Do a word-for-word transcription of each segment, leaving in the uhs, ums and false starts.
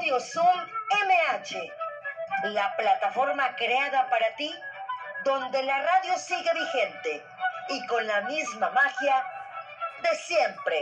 Radio Zoom M H, la plataforma creada para ti, donde la radio sigue vigente y con la misma magia de siempre.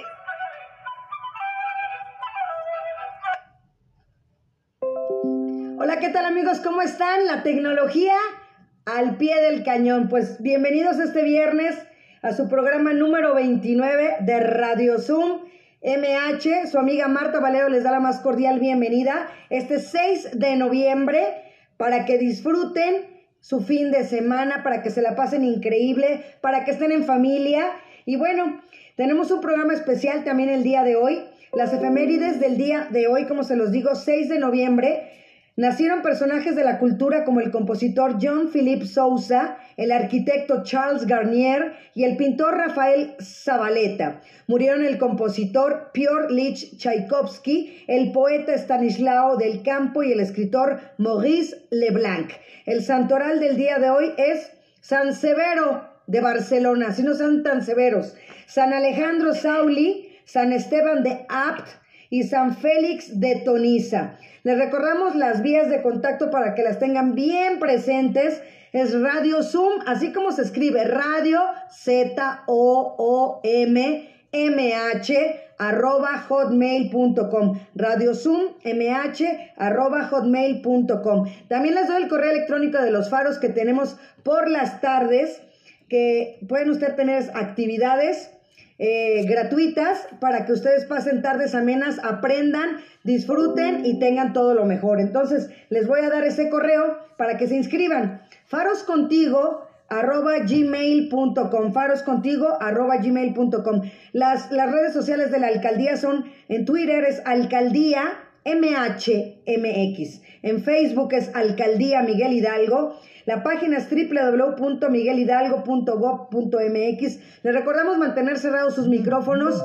Hola, ¿qué tal amigos? ¿Cómo están? La tecnología al pie del cañón. Pues bienvenidos este viernes a su programa número veintinueve de Radio Zoom M H. Su amiga Marta Valero les da la más cordial bienvenida este seis de noviembre para que disfruten su fin de semana, para que se la pasen increíble, para que estén en familia. Y bueno, tenemos un programa especial también el día de hoy. Las efemérides del día de hoy, como se los digo, seis de noviembre. Nacieron personajes de la cultura como el compositor John Philip Sousa, el arquitecto Charles Garnier y el pintor Rafael Zavaleta. Murieron el compositor Piotr Lich Tchaikovsky, el poeta Stanislao del Campo y el escritor Maurice Leblanc. El santoral del día de hoy es San Severo de Barcelona, si no sean tan severos. San Alejandro Sauli, San Esteban de Apt y San Félix de Toniza. Les recordamos las vías de contacto para que las tengan bien presentes. Es Radio Zoom, así como se escribe, Radio Z O O M M H arroba hotmail punto com. Radio Zoom M H arroba hotmail punto com. También les doy el correo electrónico de los faros que tenemos por las tardes, que pueden ustedes tener actividades Eh, gratuitas para que ustedes pasen tardes amenas, aprendan, disfruten y tengan todo lo mejor. Entonces les voy a dar ese correo para que se inscriban. faroscontigo arroba gmail punto com. faroscontigo arroba gmail punto com. Las, las redes sociales de la alcaldía son: en Twitter es Alcaldía M H M X, en Facebook es Alcaldía Miguel Hidalgo. La página es doble u doble u doble u punto miguel hidalgo punto gob punto m x. Les recordamos mantener cerrados sus micrófonos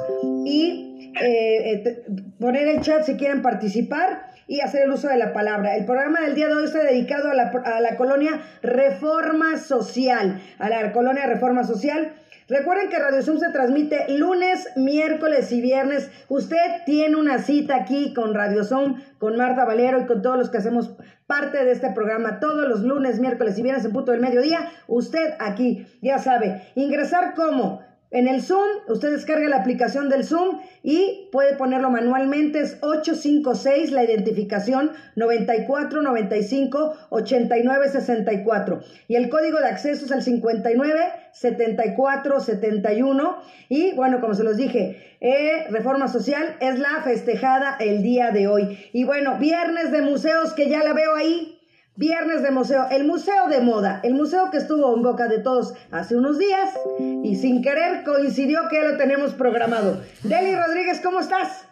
y eh, eh, poner el chat si quieren participar y hacer el uso de la palabra. El programa del día de hoy está dedicado a la, a la colonia Reforma Social, a la colonia Reforma Social. Recuerden que Radio Zoom se transmite lunes, miércoles y viernes. Usted tiene una cita aquí con Radio Zoom, con Marta Valero y con todos los que hacemos parte de este programa. Todos los lunes, miércoles y viernes en punto del mediodía. Usted aquí, ya sabe, ingresar como en el Zoom. Usted descarga la aplicación del Zoom y puede ponerlo manualmente. Es ocho cinco seis, la identificación noventa y cuatro noventa y cinco ochenta y nueve sesenta y cuatro. Y el código de acceso es el cincuenta y nueve setenta y cuatro setenta y uno. Y bueno, como se los dije, eh, Reforma Social es la festejada el día de hoy. Y bueno, viernes de museos, que ya la veo ahí. Viernes de museo, el museo de moda, el museo que estuvo en boca de todos hace unos días y sin querer coincidió que ya lo tenemos programado. Deli Rodríguez, ¿cómo estás?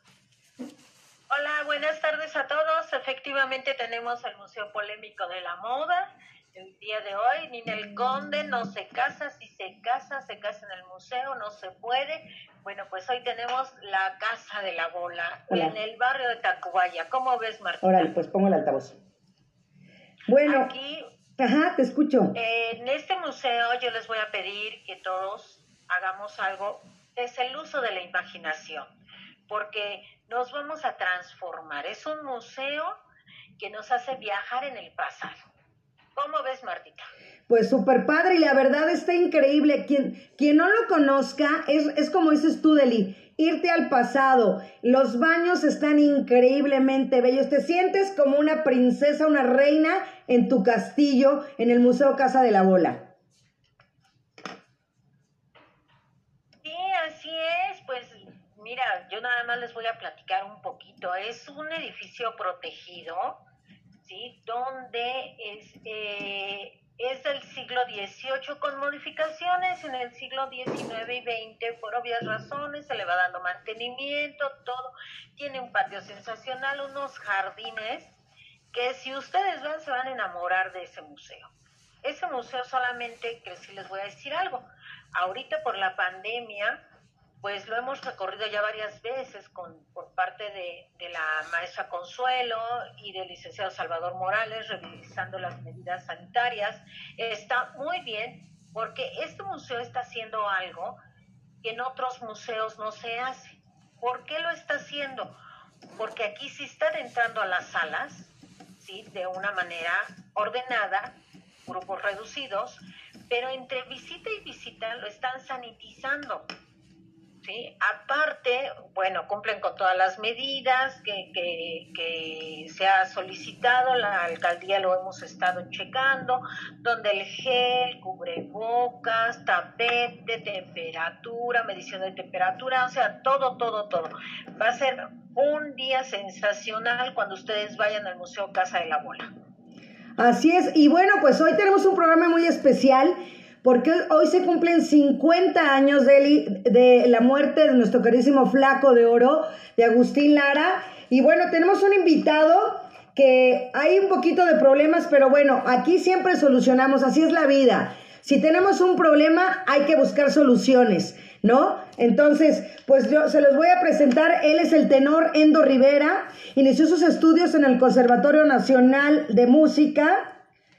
Hola, buenas tardes a todos. Efectivamente tenemos el Museo Polémico de la Moda el día de hoy. Ninel Conde no se casa, si se casa, se casa en el museo, no se puede. Bueno, pues hoy tenemos la Casa de la Bola. Hola. En el barrio de Tacubaya. ¿Cómo ves, Marta? Órale, pues pongo el altavoz. Bueno, aquí, ajá, te escucho. Eh, en este museo yo les voy a pedir que todos hagamos algo, es el uso de la imaginación, porque nos vamos a transformar. Es un museo que nos hace viajar en el pasado. ¿Cómo ves, Martita? Pues súper padre y la verdad está increíble. Quien, quien no lo conozca, es, es como dices tú, Deli, irte al pasado. Los baños están increíblemente bellos. Te sientes como una princesa, una reina en tu castillo, en el Museo Casa de la Bola. Sí, así es. Pues mira, yo nada más les voy a platicar un poquito. Es un edificio protegido, ¿sí? Donde es... Eh, Es del siglo dieciocho con modificaciones en el siglo diecinueve y veinte por obvias razones, se le va dando mantenimiento, todo. Tiene un patio sensacional, unos jardines que si ustedes van se van a enamorar de ese museo. Ese museo solamente, que sí les voy a decir algo, ahorita por la pandemia, pues lo hemos recorrido ya varias veces con, por parte de, de la maestra Consuelo y del licenciado Salvador Morales, revisando las medidas sanitarias. Está muy bien porque este museo está haciendo algo que en otros museos no se hace. ¿Por qué lo está haciendo? porque aquí sí están entrando a las salas, ¿sí? De una manera ordenada, grupos reducidos, pero entre visita y visita lo están sanitizando, ¿sí? Aparte, bueno, cumplen con todas las medidas que, que, que se ha solicitado, la alcaldía lo hemos estado checando, donde el gel, cubrebocas, tapete, temperatura, medición de temperatura, o sea, todo, todo, todo. Va a ser un día sensacional cuando ustedes vayan al Museo Casa de la Bola. Así es, y bueno, pues hoy tenemos un programa muy especial porque hoy se cumplen cincuenta años de, de la muerte de nuestro carísimo Flaco de Oro, de Agustín Lara, y bueno, tenemos un invitado que hay un poquito de problemas, pero bueno, aquí siempre solucionamos, así es la vida. Si tenemos un problema, hay que buscar soluciones, ¿no? Entonces, pues yo se los voy a presentar. Él es el tenor Endo Rivera. Inició sus estudios en el Conservatorio Nacional de Música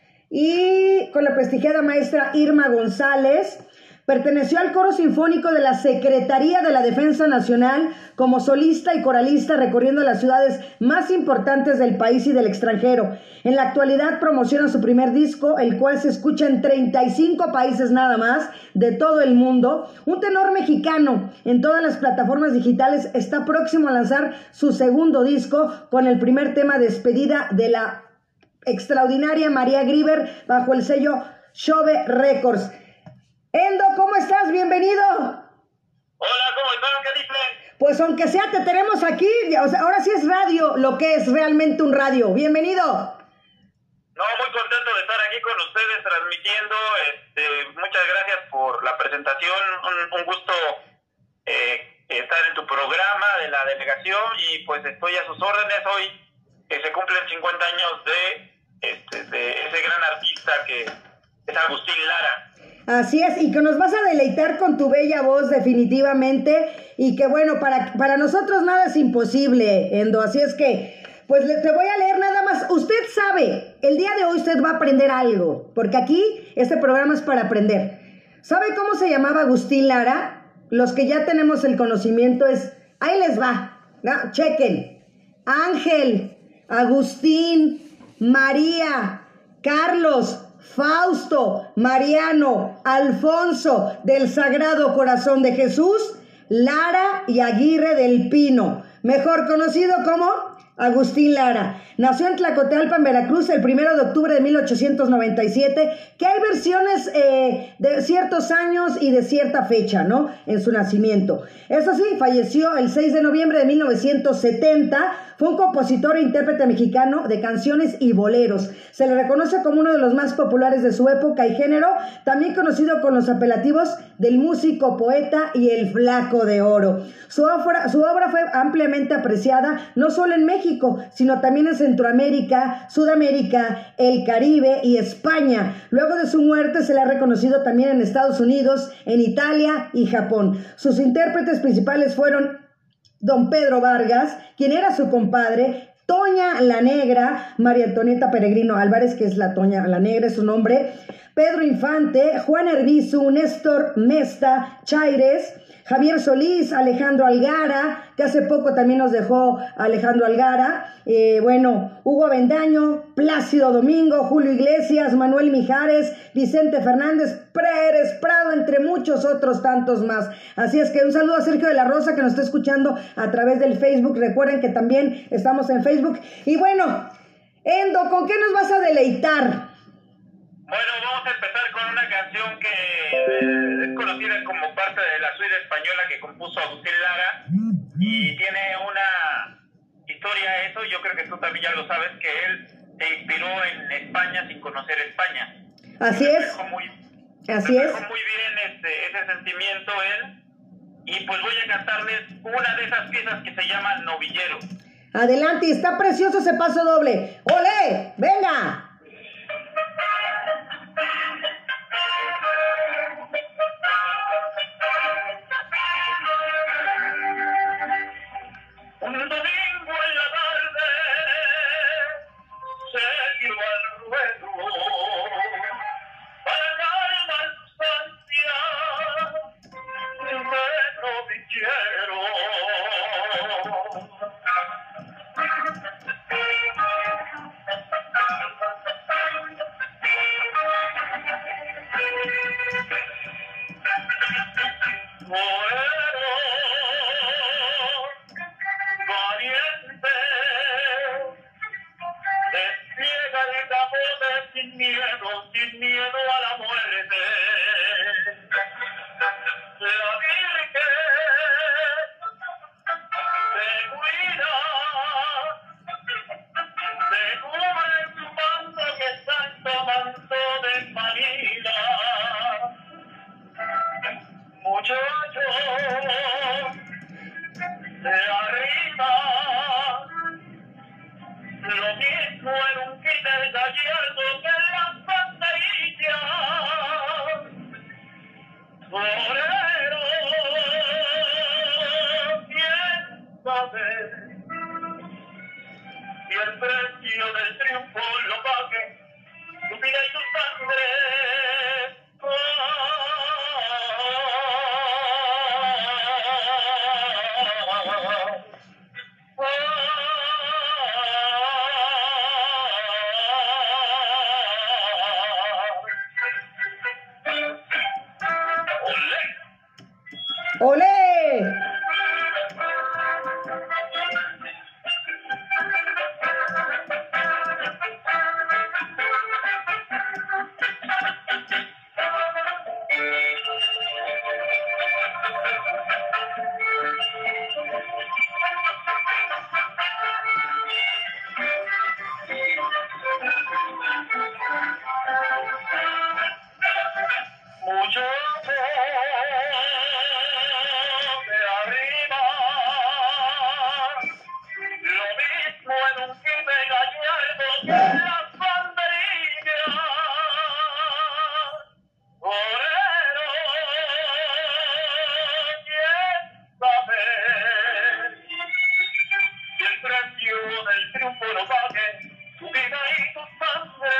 y con la prestigiada maestra Irma González. Perteneció al coro sinfónico de la Secretaría de la Defensa Nacional como solista y coralista, recorriendo las ciudades más importantes del país y del extranjero. En la actualidad promociona su primer disco, el cual se escucha en treinta y cinco países nada más de todo el mundo. Un tenor mexicano en todas las plataformas digitales, está próximo a lanzar su segundo disco con el primer tema, Despedida, de la extraordinaria María Grieber, bajo el sello Shove Records. Endo, ¿cómo estás? Bienvenido. Hola, ¿cómo están? ¿Qué dicen? Pues aunque sea, te tenemos aquí. O sea, ahora sí es radio, lo que es realmente un radio. Bienvenido. No, muy contento de estar aquí con ustedes transmitiendo. Este, muchas gracias por la presentación. Un, un gusto eh, estar en tu programa de la delegación y pues estoy a sus órdenes hoy que se cumplen cincuenta años de, este, de ese gran artista que es Agustín Lara. Así es, y que nos vas a deleitar con tu bella voz definitivamente, y que bueno, para, para nosotros nada es imposible, Endo, así es que, pues te voy a leer nada más. Usted sabe, el día de hoy usted va a aprender algo, porque aquí este programa es para aprender. ¿Sabe cómo se llamaba Agustín Lara? Los que ya tenemos el conocimiento es, ahí les va, ¿no? Chequen, Ángel, Agustín, María, Carlos, Fausto, Mariano, Alfonso del Sagrado Corazón de Jesús, Lara y Aguirre del Pino, mejor conocido como Agustín Lara. Nació en Tlacotalpan, Veracruz, el primero de octubre de mil ochocientos noventa y siete, que hay versiones eh, de ciertos años y de cierta fecha, ¿no? En su nacimiento. Eso sí, falleció el seis de noviembre de mil novecientos setenta. Fue un compositor e intérprete mexicano de canciones y boleros. Se le reconoce como uno de los más populares de su época y género, también conocido con los apelativos del músico, poeta y el Flaco de Oro. Su obra, su obra fue ampliamente apreciada, no solo en México, sino también en Centroamérica, Sudamérica, el Caribe y España. Luego de su muerte se le ha reconocido también en Estados Unidos, en Italia y Japón. Sus intérpretes principales fueron don Pedro Vargas, quien era su compadre, Toña la Negra, María Antonieta Peregrino Álvarez, que es la Toña la Negra, es su nombre, Pedro Infante, Juan Herbizu, Néstor Mesta, Chaires, Javier Solís, Alejandro Algara, que hace poco también nos dejó Alejandro Algara, eh, bueno, Hugo Avendaño, Plácido Domingo, Julio Iglesias, Manuel Mijares, Vicente Fernández, Pérez Prado, entre muchos otros tantos más. Así es que un saludo a Sergio de la Rosa, que nos está escuchando a través del Facebook. Recuerden que también estamos en Facebook. Y bueno, Endo, ¿con qué nos vas a deleitar? Bueno, vamos a empezar con una canción que eh, es conocida como parte de la suite española que compuso Agustín Lara, y tiene una historia eso, yo creo que tú también ya lo sabes, que él se inspiró en España sin conocer España. Así es. Muy, Así es. muy bien este, ese sentimiento él, y pues voy a cantarles una de esas piezas que se llama Novillero. Adelante, y está precioso ese paso doble. ¡Olé! ¡Venga! Un domingo en la tarde se dio al ruedo para calmar sus ansias de novillero. libertad. Lo mismo en un kit del gallardo que en las banderillas. Torero, ¿quién sabe si el precio del triunfo lo pague tu vida y tu sangre? ¡Olé! Mucho de arriba, lo mismo en un kit de gallardo que en las banderillas. Torero, ¿quién sabe si el precio del triunfo lo pague tu vida y tu sangre?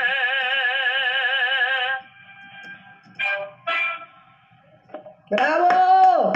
¡Bravo!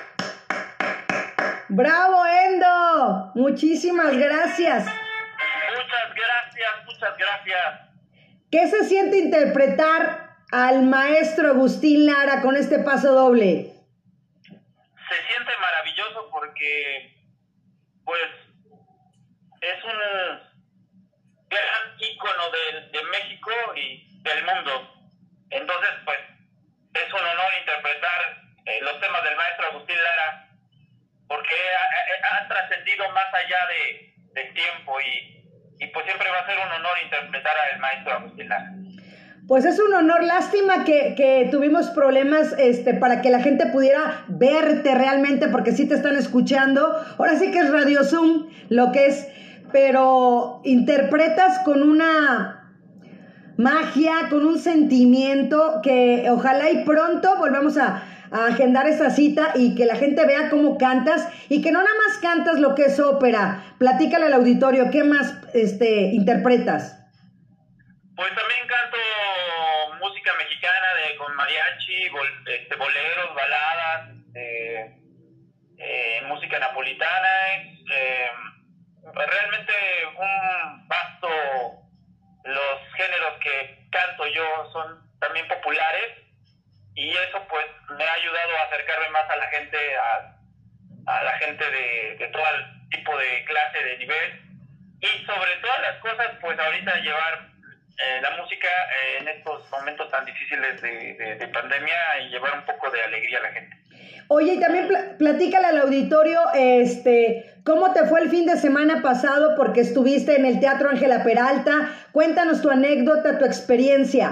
¡Bravo, Endo! Muchísimas gracias. Muchas gracias, muchas gracias. ¿Qué se siente interpretar al maestro Agustín Lara con este paso doble? Se siente maravilloso porque, pues, es un gran ícono de, de México y del mundo. Entonces, pues, es un honor interpretar eh, los temas del maestro Agustín Lara, porque ha, ha, ha trascendido más allá de, del tiempo y, y pues siempre va a ser un honor interpretar al maestro Agustín Lara. Pues es un honor, lástima que, que tuvimos problemas este, para que la gente pudiera verte realmente, porque sí te están escuchando. Ahora sí que es Radio Zoom, lo que es, pero interpretas con una magia, con un sentimiento que ojalá y pronto volvamos a, a agendar esa cita y que la gente vea cómo cantas y que no nada más cantas lo que es ópera. Platícale al auditorio, ¿qué más este, interpretas? Pues también canto música mexicana de con mariachi, bol, este, boleros, baladas, eh, eh, música napolitana. Eh, realmente un vasto, los géneros que canto yo son también populares y eso pues me ha ayudado a acercarme más a la gente, a, a la gente de, de todo tipo de clase, de nivel y sobre todas las cosas pues ahorita llevar Eh, la música eh, en estos momentos tan difíciles de, de, de pandemia y llevar un poco de alegría a la gente. Oye, y también pl- platícale al auditorio, este, ¿cómo te fue el fin de semana pasado? Porque estuviste en el Teatro Ángela Peralta. Cuéntanos tu anécdota, tu experiencia.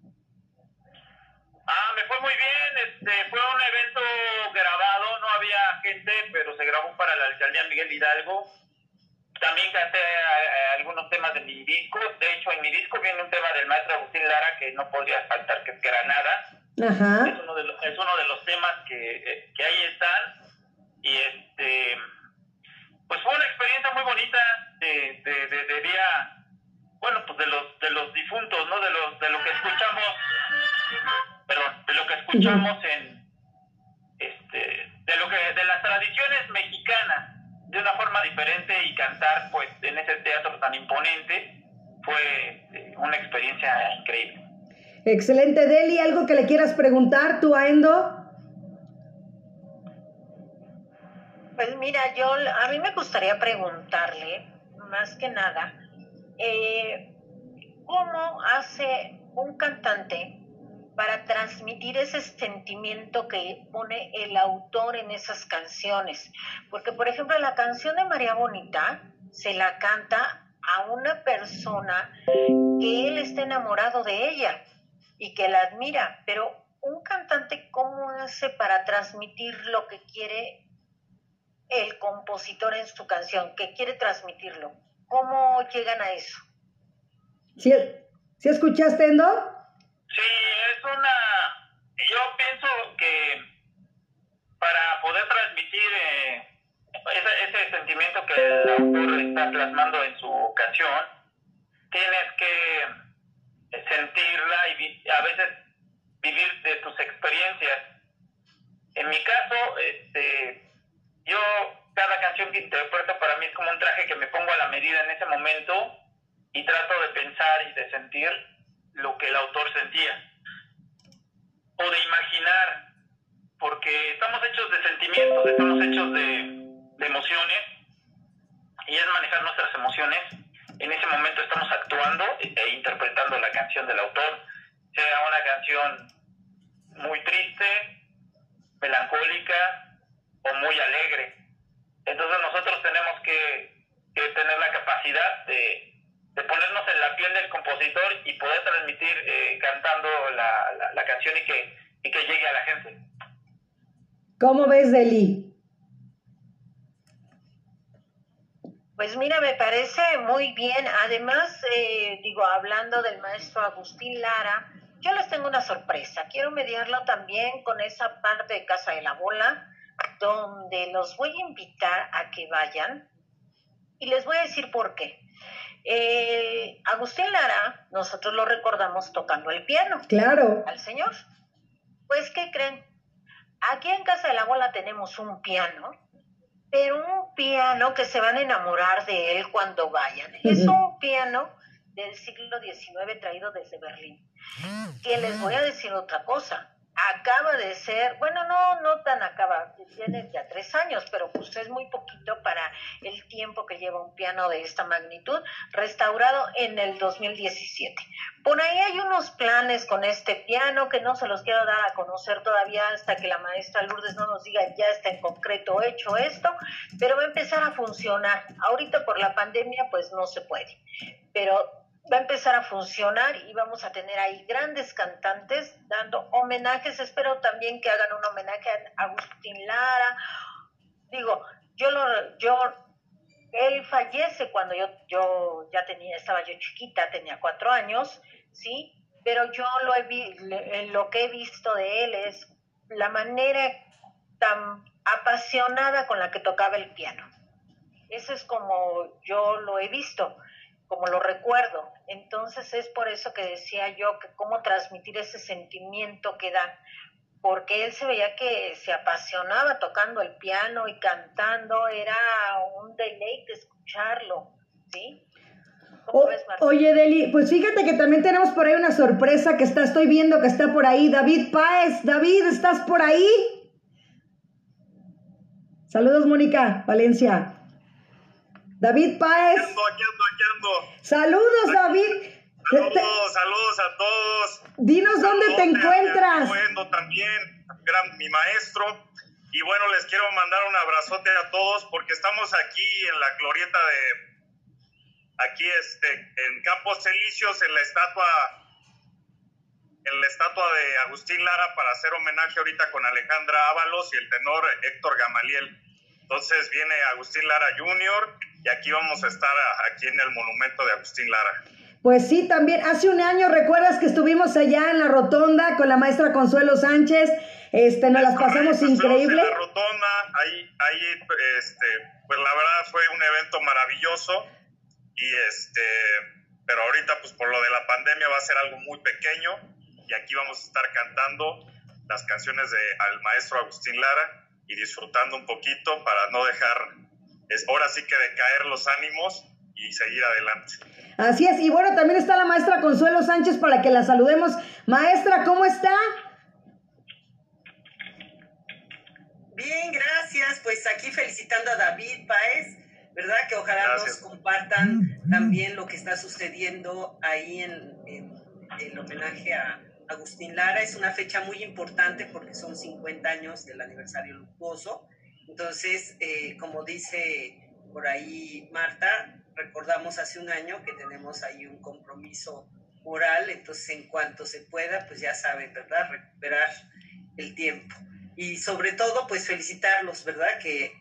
Ah, me fue muy bien. Este, fue un evento grabado, no había gente, pero se grabó para la alcaldía Miguel Hidalgo. También canté eh, algunos temas de mi disco. De hecho, en mi disco viene un tema del maestro Agustín Lara que no podría faltar, que es Granada. Ajá. Es uno de los, es uno de los temas que, eh, que ahí están. Y este, pues fue una experiencia muy bonita de, de, de, de día, bueno, pues de los de los difuntos, ¿no? De los de lo que escuchamos, perdón, de lo que escuchamos en, este, de lo que, de las tradiciones mexicanas. De una forma diferente y cantar pues en ese teatro tan imponente fue eh, una experiencia increíble. Excelente, Deli, ¿algo que le quieras preguntar tú a Endo? Pues mira, yo a mí me gustaría preguntarle, más que nada, eh, ¿cómo hace un cantante para transmitir ese sentimiento que pone el autor en esas canciones? Porque, por ejemplo, la canción de María Bonita se la canta a una persona que él está enamorado de ella y que la admira, pero un cantante, ¿cómo hace para transmitir lo que quiere el compositor en su canción, que quiere transmitirlo? ¿Cómo llegan a eso? ¿Sí, ¿sí escuchaste, Endo? Sí, es una... Yo pienso que para poder transmitir eh, ese, ese sentimiento que el autor está plasmando en su canción, tienes que sentirla y vi- a veces vivir de tus experiencias. En mi caso, este, yo cada canción que interpreto para mí es como un traje que me pongo a la medida en ese momento y trato de pensar y de sentir lo que el autor sentía o de imaginar, porque estamos hechos de sentimientos, estamos hechos de, de emociones, y es manejar nuestras emociones. En ese momento estamos actuando e interpretando la canción del autor, sea una canción muy triste, melancólica o muy alegre. Entonces nosotros tenemos que, que tener la capacidad de, de ponernos en la piel del compositor y poder transmitir eh, cantando la, la, la canción y que, y que llegue a la gente. ¿Cómo ves, Deli? Pues mira, me parece muy bien. Además, eh, digo, hablando del maestro Agustín Lara, yo les tengo una sorpresa. Quiero mediarlo también con esa parte de Casa de la Bola, donde los voy a invitar a que vayan y les voy a decir por qué. Eh, Agustín Lara, nosotros lo recordamos tocando el piano. Claro. Al señor. Pues, ¿qué creen? Aquí en Casa de la Bola tenemos un piano, pero un piano que se van a enamorar de él cuando vayan. Uh-huh. Es un piano del siglo diecinueve traído desde Berlín. Que les voy a decir otra cosa. Acaba de ser, bueno, no, no tan acaba, tiene ya tres años, pero pues es muy poquito para el tiempo que lleva un piano de esta magnitud, restaurado en el dos mil diecisiete. Por ahí hay unos planes con este piano que no se los quiero dar a conocer todavía hasta que la maestra Lourdes no nos diga ya está en concreto hecho esto, pero va a empezar a funcionar. Ahorita por la pandemia pues no se puede, pero va a empezar a funcionar y vamos a tener ahí grandes cantantes dando homenajes. Espero también que hagan un homenaje a Agustín Lara. Digo, yo lo, yo, él fallece cuando yo, yo ya tenía, estaba yo chiquita, tenía cuatro años, ¿sí? Pero yo lo, he, lo que he visto de él es la manera tan apasionada con la que tocaba el piano. Eso es como yo lo he visto, como lo recuerdo. Entonces es por eso que decía yo que cómo transmitir ese sentimiento que dan, porque él se veía que se apasionaba tocando el piano y cantando, era un deleite escucharlo, ¿sí? O, oye, Deli, pues fíjate que también tenemos por ahí una sorpresa que está, estoy viendo que está por ahí, David Páez. David, ¿estás por ahí? Saludos, Mónica Valencia. David Páez. Aquí ando, aquí ando, aquí ando. Saludos, David. Saludos, te, saludos a todos. Dinos saludos, dónde te encuentras. Bueno, también, gran, mi maestro. Y bueno, les quiero mandar un abrazote a todos porque estamos aquí en la glorieta de, aquí este, en Campos Elíseos, en la estatua, en la estatua de Agustín Lara para hacer homenaje ahorita con Alejandra Ábalos y el tenor Héctor Gamaliel. Entonces viene Agustín Lara junior y aquí vamos a estar aquí en el monumento de Agustín Lara. Pues sí, también hace un año, ¿recuerdas que estuvimos allá en la rotonda con la maestra Consuelo Sánchez? Este, nos las pasamos increíble. En la rotonda, ahí, ahí, este, pues la verdad fue un evento maravilloso y este, pero ahorita pues por lo de la pandemia va a ser algo muy pequeño y aquí vamos a estar cantando las canciones de al maestro Agustín Lara y disfrutando un poquito para no dejar, es ahora sí que decaer los ánimos y seguir adelante. Así es, y bueno, también está la maestra Consuelo Sánchez para que la saludemos. Maestra, ¿cómo está? Bien, gracias, pues aquí felicitando a David Páez, ¿verdad? Que ojalá gracias. Nos compartan también lo que está sucediendo ahí en, en el homenaje a Agustín Lara. Es una fecha muy importante porque son cincuenta años del aniversario luctuoso. Entonces, eh, como dice por ahí Marta, recordamos hace un año que tenemos ahí un compromiso moral, entonces en cuanto se pueda, pues ya saben, ¿verdad? Recuperar el tiempo. Y sobre todo, pues felicitarlos, ¿verdad? Que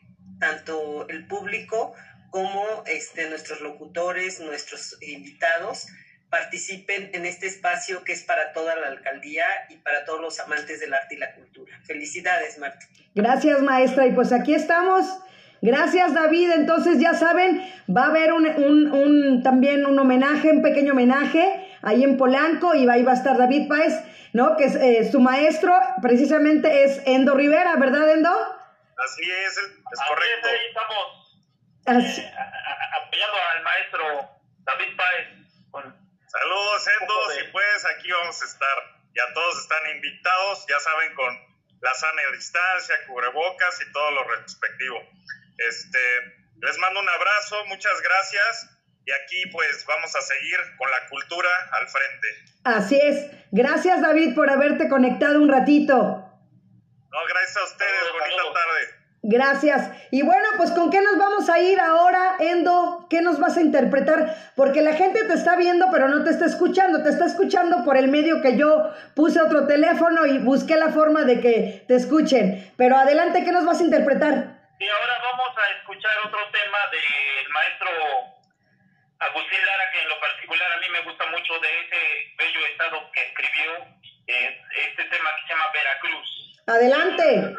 tanto el público como este, nuestros locutores, nuestros invitados, participen en este espacio que es para toda la alcaldía y para todos los amantes del arte y la cultura. Felicidades, Marta. Gracias, maestra. Y pues aquí estamos. Gracias, David. Entonces ya saben, va a haber un, un, un también un homenaje, un pequeño homenaje ahí en Polanco, y ahí va a estar David Páez, ¿no? Que es eh, su maestro, precisamente es Endo Rivera, ¿verdad, Endo? Así es, es correcto. Ahí estamos Así. eh, apoyando al maestro David Páez. Con Saludos, Endo, si puedes, aquí vamos a estar. Ya todos están invitados, ya saben, con la sana distancia, cubrebocas y todo lo respectivo. Este, les mando un abrazo, muchas gracias, y aquí pues vamos a seguir con la cultura al frente. Así es. Gracias, David, por haberte conectado un ratito. No, gracias a ustedes, Saludos, bonita saludos. tarde. Gracias. Y bueno, pues ¿con qué nos vamos a ir ahora, Endo? ¿Qué nos vas a interpretar? Porque la gente te está viendo, pero no te está escuchando. Te está escuchando por el medio que yo puse otro teléfono y busqué la forma de que te escuchen. Pero adelante, ¿qué nos vas a interpretar? Y ahora vamos a escuchar otro tema del maestro Agustín Lara, que en lo particular a mí me gusta mucho, de ese bello estado que escribió, eh, este tema que se llama Veracruz. Adelante.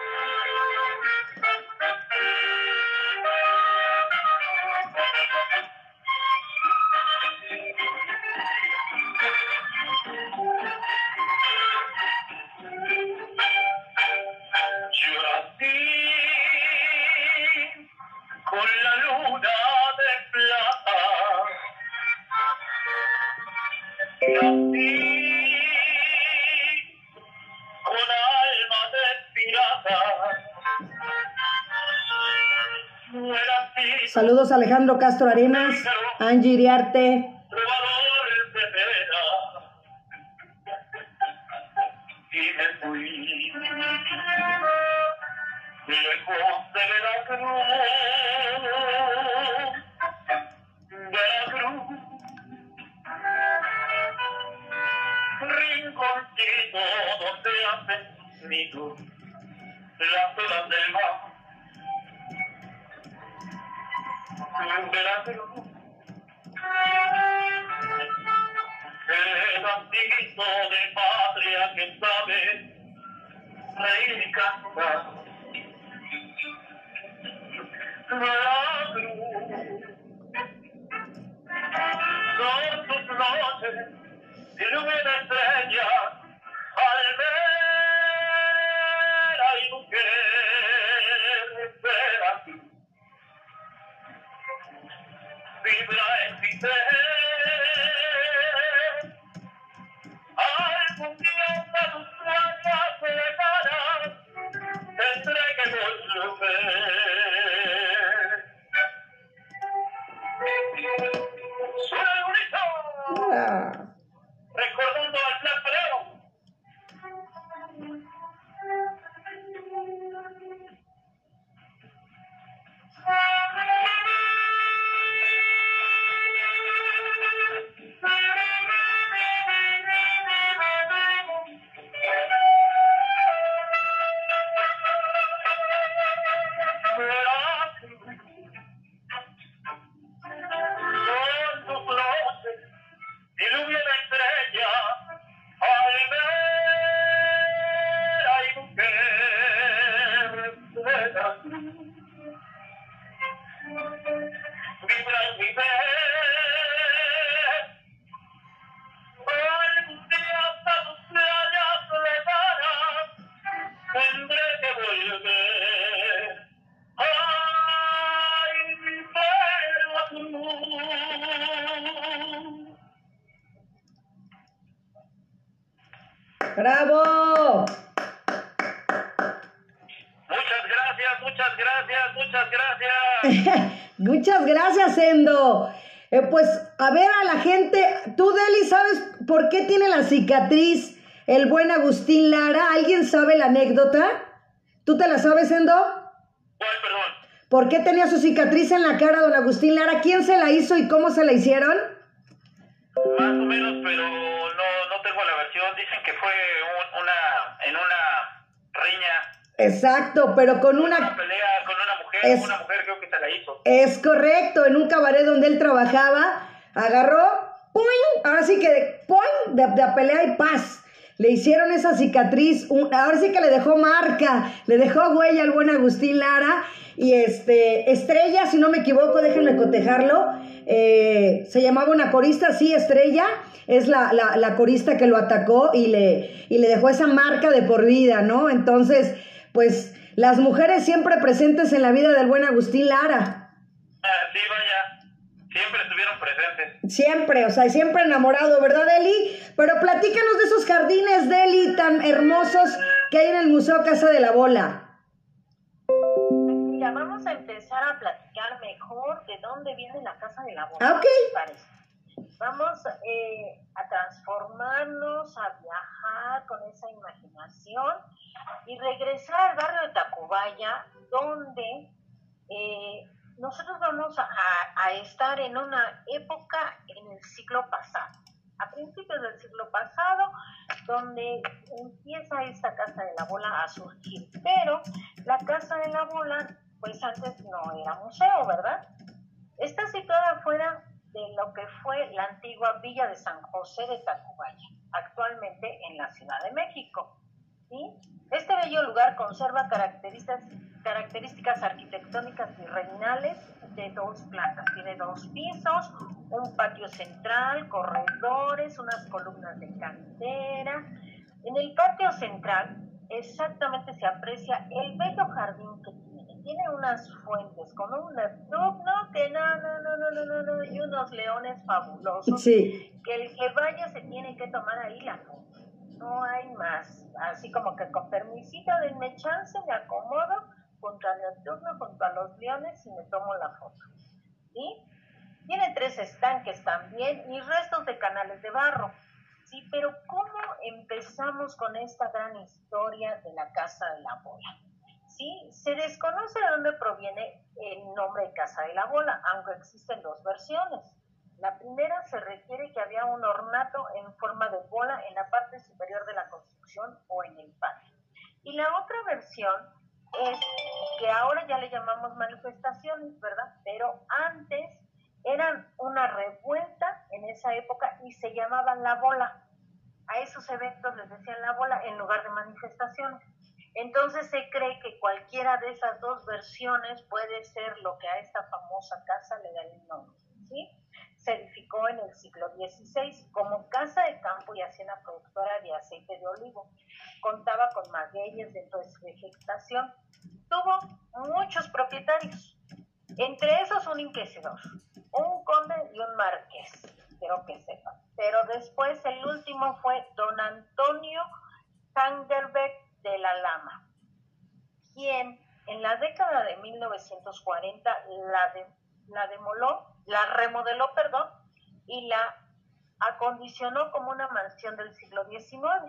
Yo nací con la luna de plata, nací con alma de pirata. Saludos a Alejandro Castro Arenas, Angie Iriarte. Trovador de pena, y me fui lejos de Veracruz, Veracruz, rinconcito donde hacen nido las olas del mar. Veracruz, pedacito de patria que sabe reír y cantar. Veracruz, son tus noches ilumina estrellas al ver ay mujer. Veracruz vibra en mi ser. Algún día de tus playas lejanas tendré que volver. Suena el bonito, Ah. recordando al Plan Peleo. Con tus noches diluvia la estrella al ver ay mujer. Veracruz vibra en mi ser. Algún día hasta tus playas lejanas tendré que volver. Ay, mi Veracruz. ¡Bravo! Muchas gracias, muchas gracias, muchas gracias. Muchas gracias, Endo. Eh, pues, a ver a la gente. Tú, Deli, ¿sabes por qué tiene la cicatriz el buen Agustín Lara? ¿Alguien sabe la anécdota? ¿Tú te la sabes, Endo? ¿Cuál, perdón? ¿Por qué tenía su cicatriz en la cara don Agustín Lara? ¿Quién se la hizo y cómo se la hicieron? Más o menos, pero no, no tengo la versión. Dicen que fue un- una en una riña, Exacto, pero con una una... pelea con una mujer que es, una mujer creo que se la hizo. Es correcto, en un cabaret donde él trabajaba, agarró, ¡puing! Ahora sí que, ¡puing! De, de a pelea y paz. Le hicieron esa cicatriz, un, ahora sí que le dejó marca, le dejó huella al buen Agustín Lara. Y este, Estrella, si no me equivoco, déjenme cotejarlo, eh, se llamaba una corista, sí, Estrella, es la, la, la corista que lo atacó y le, y le dejó esa marca de por vida, ¿no? Entonces, pues, las mujeres siempre presentes en la vida del buen Agustín Lara. Ah, sí, vaya, siempre estuvieron presentes. Siempre, o sea, siempre enamorado, ¿verdad, Eli? Pero platícanos de esos jardines, de Eli, tan hermosos que hay en el Museo Casa de la Bola. Mira, vamos a empezar a platicar mejor de dónde viene la Casa de la Bola. Ah, ok. Vamos eh, a transformarnos, a viajar con esa imaginación y regresar al barrio de Tacubaya, donde eh, nosotros vamos a, a, a estar en una época en el siglo pasado, a principios del siglo pasado, donde empieza esta Casa de la Bola a surgir. Pero la Casa de la Bola, pues antes no era museo, ¿verdad? Está situada fuera de lo que fue la antigua Villa de San José de Tacubaya, actualmente en la Ciudad de México. ¿Sí? Este bello lugar conserva características, características arquitectónicas virreinales de dos plantas. Tiene dos pisos, un patio central, corredores, unas columnas de cantera. En el patio central exactamente se aprecia el bello jardín que tiene. Tiene unas fuentes con un Neptuno que no, no, no, no, no, no, no, y unos leones fabulosos. Sí. Que el que vaya se tiene que tomar ahí la foto. No hay más. Así como que con permisito, denme chance, me acomodo junto al Neptuno, junto a los leones y me tomo la foto. ¿Sí? Tiene tres estanques también y restos de canales de barro. Sí, pero ¿cómo empezamos con esta gran historia de la Casa de la Bola? Sí, se desconoce de dónde proviene el nombre de Casa de la Bola, aunque existen dos versiones. La primera se refiere que había un ornato en forma de bola en la parte superior de la construcción o en el patio. Y la otra versión es que ahora ya le llamamos manifestaciones, ¿verdad? Pero antes eran una revuelta en esa época y se llamaban la bola. A esos eventos les decían la bola en lugar de manifestaciones. Entonces se cree que cualquiera de esas dos versiones puede ser lo que a esta famosa casa le da el nombre, ¿sí? Se edificó en el siglo dieciséis como casa de campo y hacienda productora de aceite de olivo. Contaba con magueyes dentro de su vegetación. Tuvo muchos propietarios, entre esos un inquisidor, un conde y un marqués, quiero que sepan. Pero después el último fue don Antonio Hangerbeck de la Lama, quien en la década de mil novecientos cuarenta la, de, la demoló, la remodeló, perdón, y la acondicionó como una mansión del siglo diecinueve.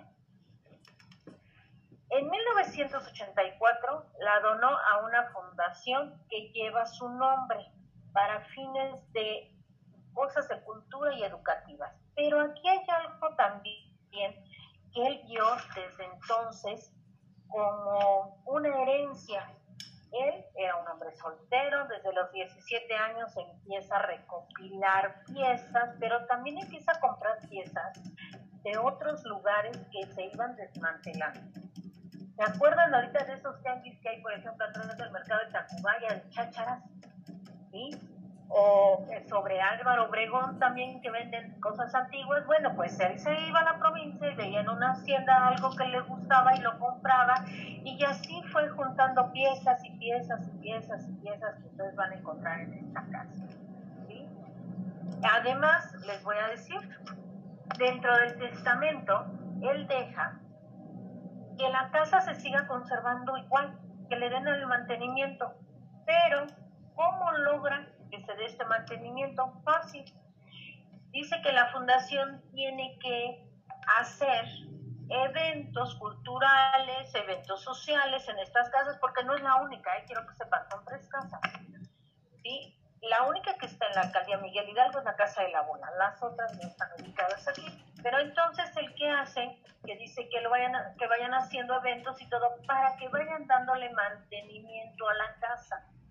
En mil novecientos ochenta y cuatro la donó a una fundación que lleva su nombre para fines de cosas de cultura y educativas. Pero aquí hay algo también que él vio desde entonces como una herencia. Él era un hombre soltero, desde los diecisiete años empieza a recopilar piezas, pero también empieza a comprar piezas de otros lugares que se iban desmantelando. ¿Se acuerdan ahorita de esos tianguis que hay, por ejemplo, atrás del mercado de Tacubaya, de chácharas? ¿Sí? O sobre Álvaro Obregón también, que venden cosas antiguas. Bueno, pues él se iba a la provincia y veía en una hacienda algo que le gustaba y lo compraba, y así fue juntando piezas y piezas y piezas y piezas que ustedes van a encontrar en esta casa, ¿sí? Además, les voy a decir, dentro del testamento, él deja que la casa se siga conservando igual, que le den el mantenimiento, pero ¿cómo logran que se dé este mantenimiento? Fácil. Dice que la fundación tiene que hacer eventos culturales, eventos sociales en estas casas, porque no es la única, ¿eh? Quiero que sepan, son tres casas, ¿sí? La única que está en la alcaldía Miguel Hidalgo es la Casa de la Bola, las otras no están ubicadas aquí. Pero entonces el que hace, que dice que lo vayan a, que vayan haciendo eventos y todo, para que vayan dándole mantenimiento a la casa.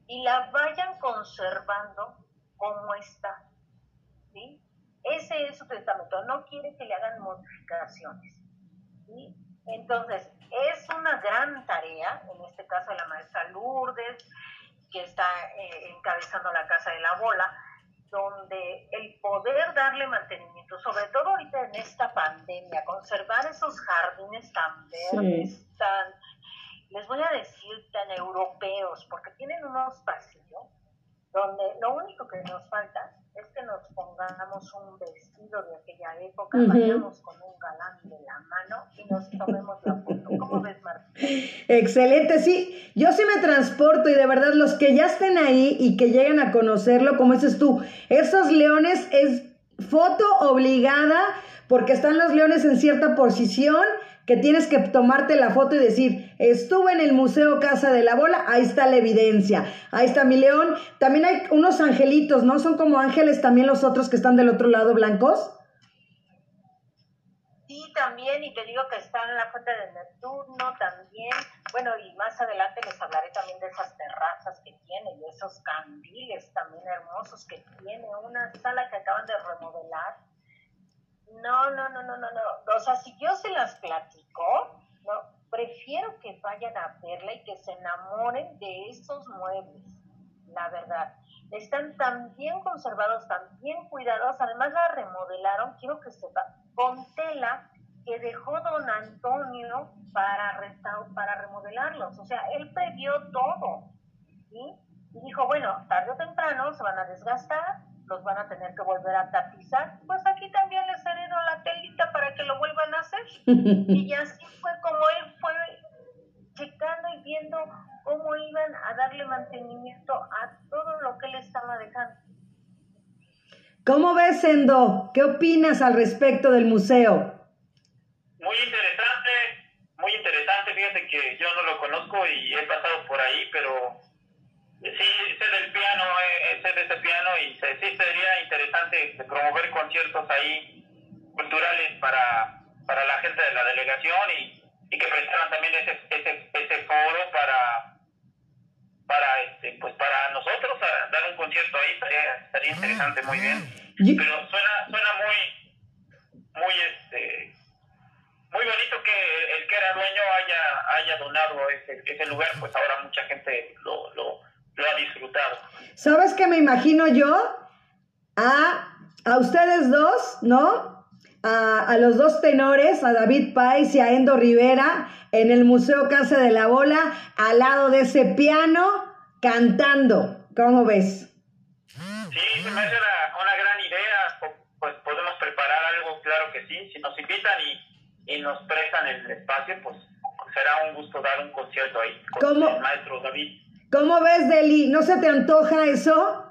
y la vayan conservando como está, ¿sí? Ese es su testamento, no quiere que le hagan modificaciones, ¿sí? Entonces, es una gran tarea, en este caso de la maestra Lourdes, que está eh, encabezando la Casa de la Bola, donde el poder darle mantenimiento, sobre todo ahorita en esta pandemia, conservar esos jardines tan verdes, sí. tan, les voy a decir, tan europeos, porque tienen unos pasillos donde lo único que nos falta es que nos pongamos un vestido de aquella época, uh-huh. vayamos con un galán de la mano y nos tomemos la foto. ¿Cómo ves, Marta? Excelente, sí. Yo sí me transporto y de verdad los que ya estén ahí y que lleguen a conocerlo, como dices tú, esos leones es foto obligada porque están los leones en cierta posición que tienes que tomarte la foto y decir, estuve en el Museo Casa de la Bola, ahí está la evidencia, ahí está mi león. También hay unos angelitos, ¿no? Son como ángeles también los otros que están del otro lado blancos. Sí, también, y te digo que está en la fuente de Neptuno también. Bueno, y más adelante les hablaré también de esas terrazas que tiene y esos candiles también hermosos que tiene, una sala que acaban de remodelar. No, no, no, no, no, no. O sea, si yo se las platico, no, prefiero que vayan a verla y que se enamoren de esos muebles, la verdad. Están tan bien conservados, tan bien cuidados, además la remodelaron, quiero que sepa, con tela que dejó don Antonio para, resta- para remodelarlos. O sea, él previó todo, ¿sí? Y dijo, bueno, tarde o temprano se van a desgastar, los van a tener que volver a tapizar, pues aquí también les heredo la telita para que lo vuelvan a hacer. Y así fue como él fue checando y viendo cómo iban a darle mantenimiento a todo lo que él estaba dejando. ¿Cómo ves, Endo? ¿Qué opinas al respecto del museo? Muy interesante, muy interesante. Fíjate que yo no lo conozco y he pasado por ahí, pero sí, sé del piano, eh, sé de ese piano y sé, sí sería interesante promover conciertos ahí culturales para, para la gente de la delegación y, y que prestaran también ese, ese, ese foro para, para, este, pues para nosotros a dar un concierto ahí, estaría, estaría interesante, muy bien. Pero suena, suena muy, muy, este, muy bonito que el que era dueño haya, haya donado ese, ese lugar, pues ahora mucha gente lo, lo lo ha disfrutado. ¿Sabes qué me imagino yo? A, a ustedes dos, ¿no? A, a los dos tenores, a David Páez y a Endo Rivera, en el Museo Casa de la Bola, al lado de ese piano, cantando. ¿Cómo ves? Sí, se me hace una, una gran idea. Pues podemos preparar algo, claro que sí. Si nos invitan y, y nos prestan el espacio, pues será un gusto dar un concierto ahí con ¿Cómo? El maestro David. ¿Cómo ves, Deli? ¿No se te antoja eso?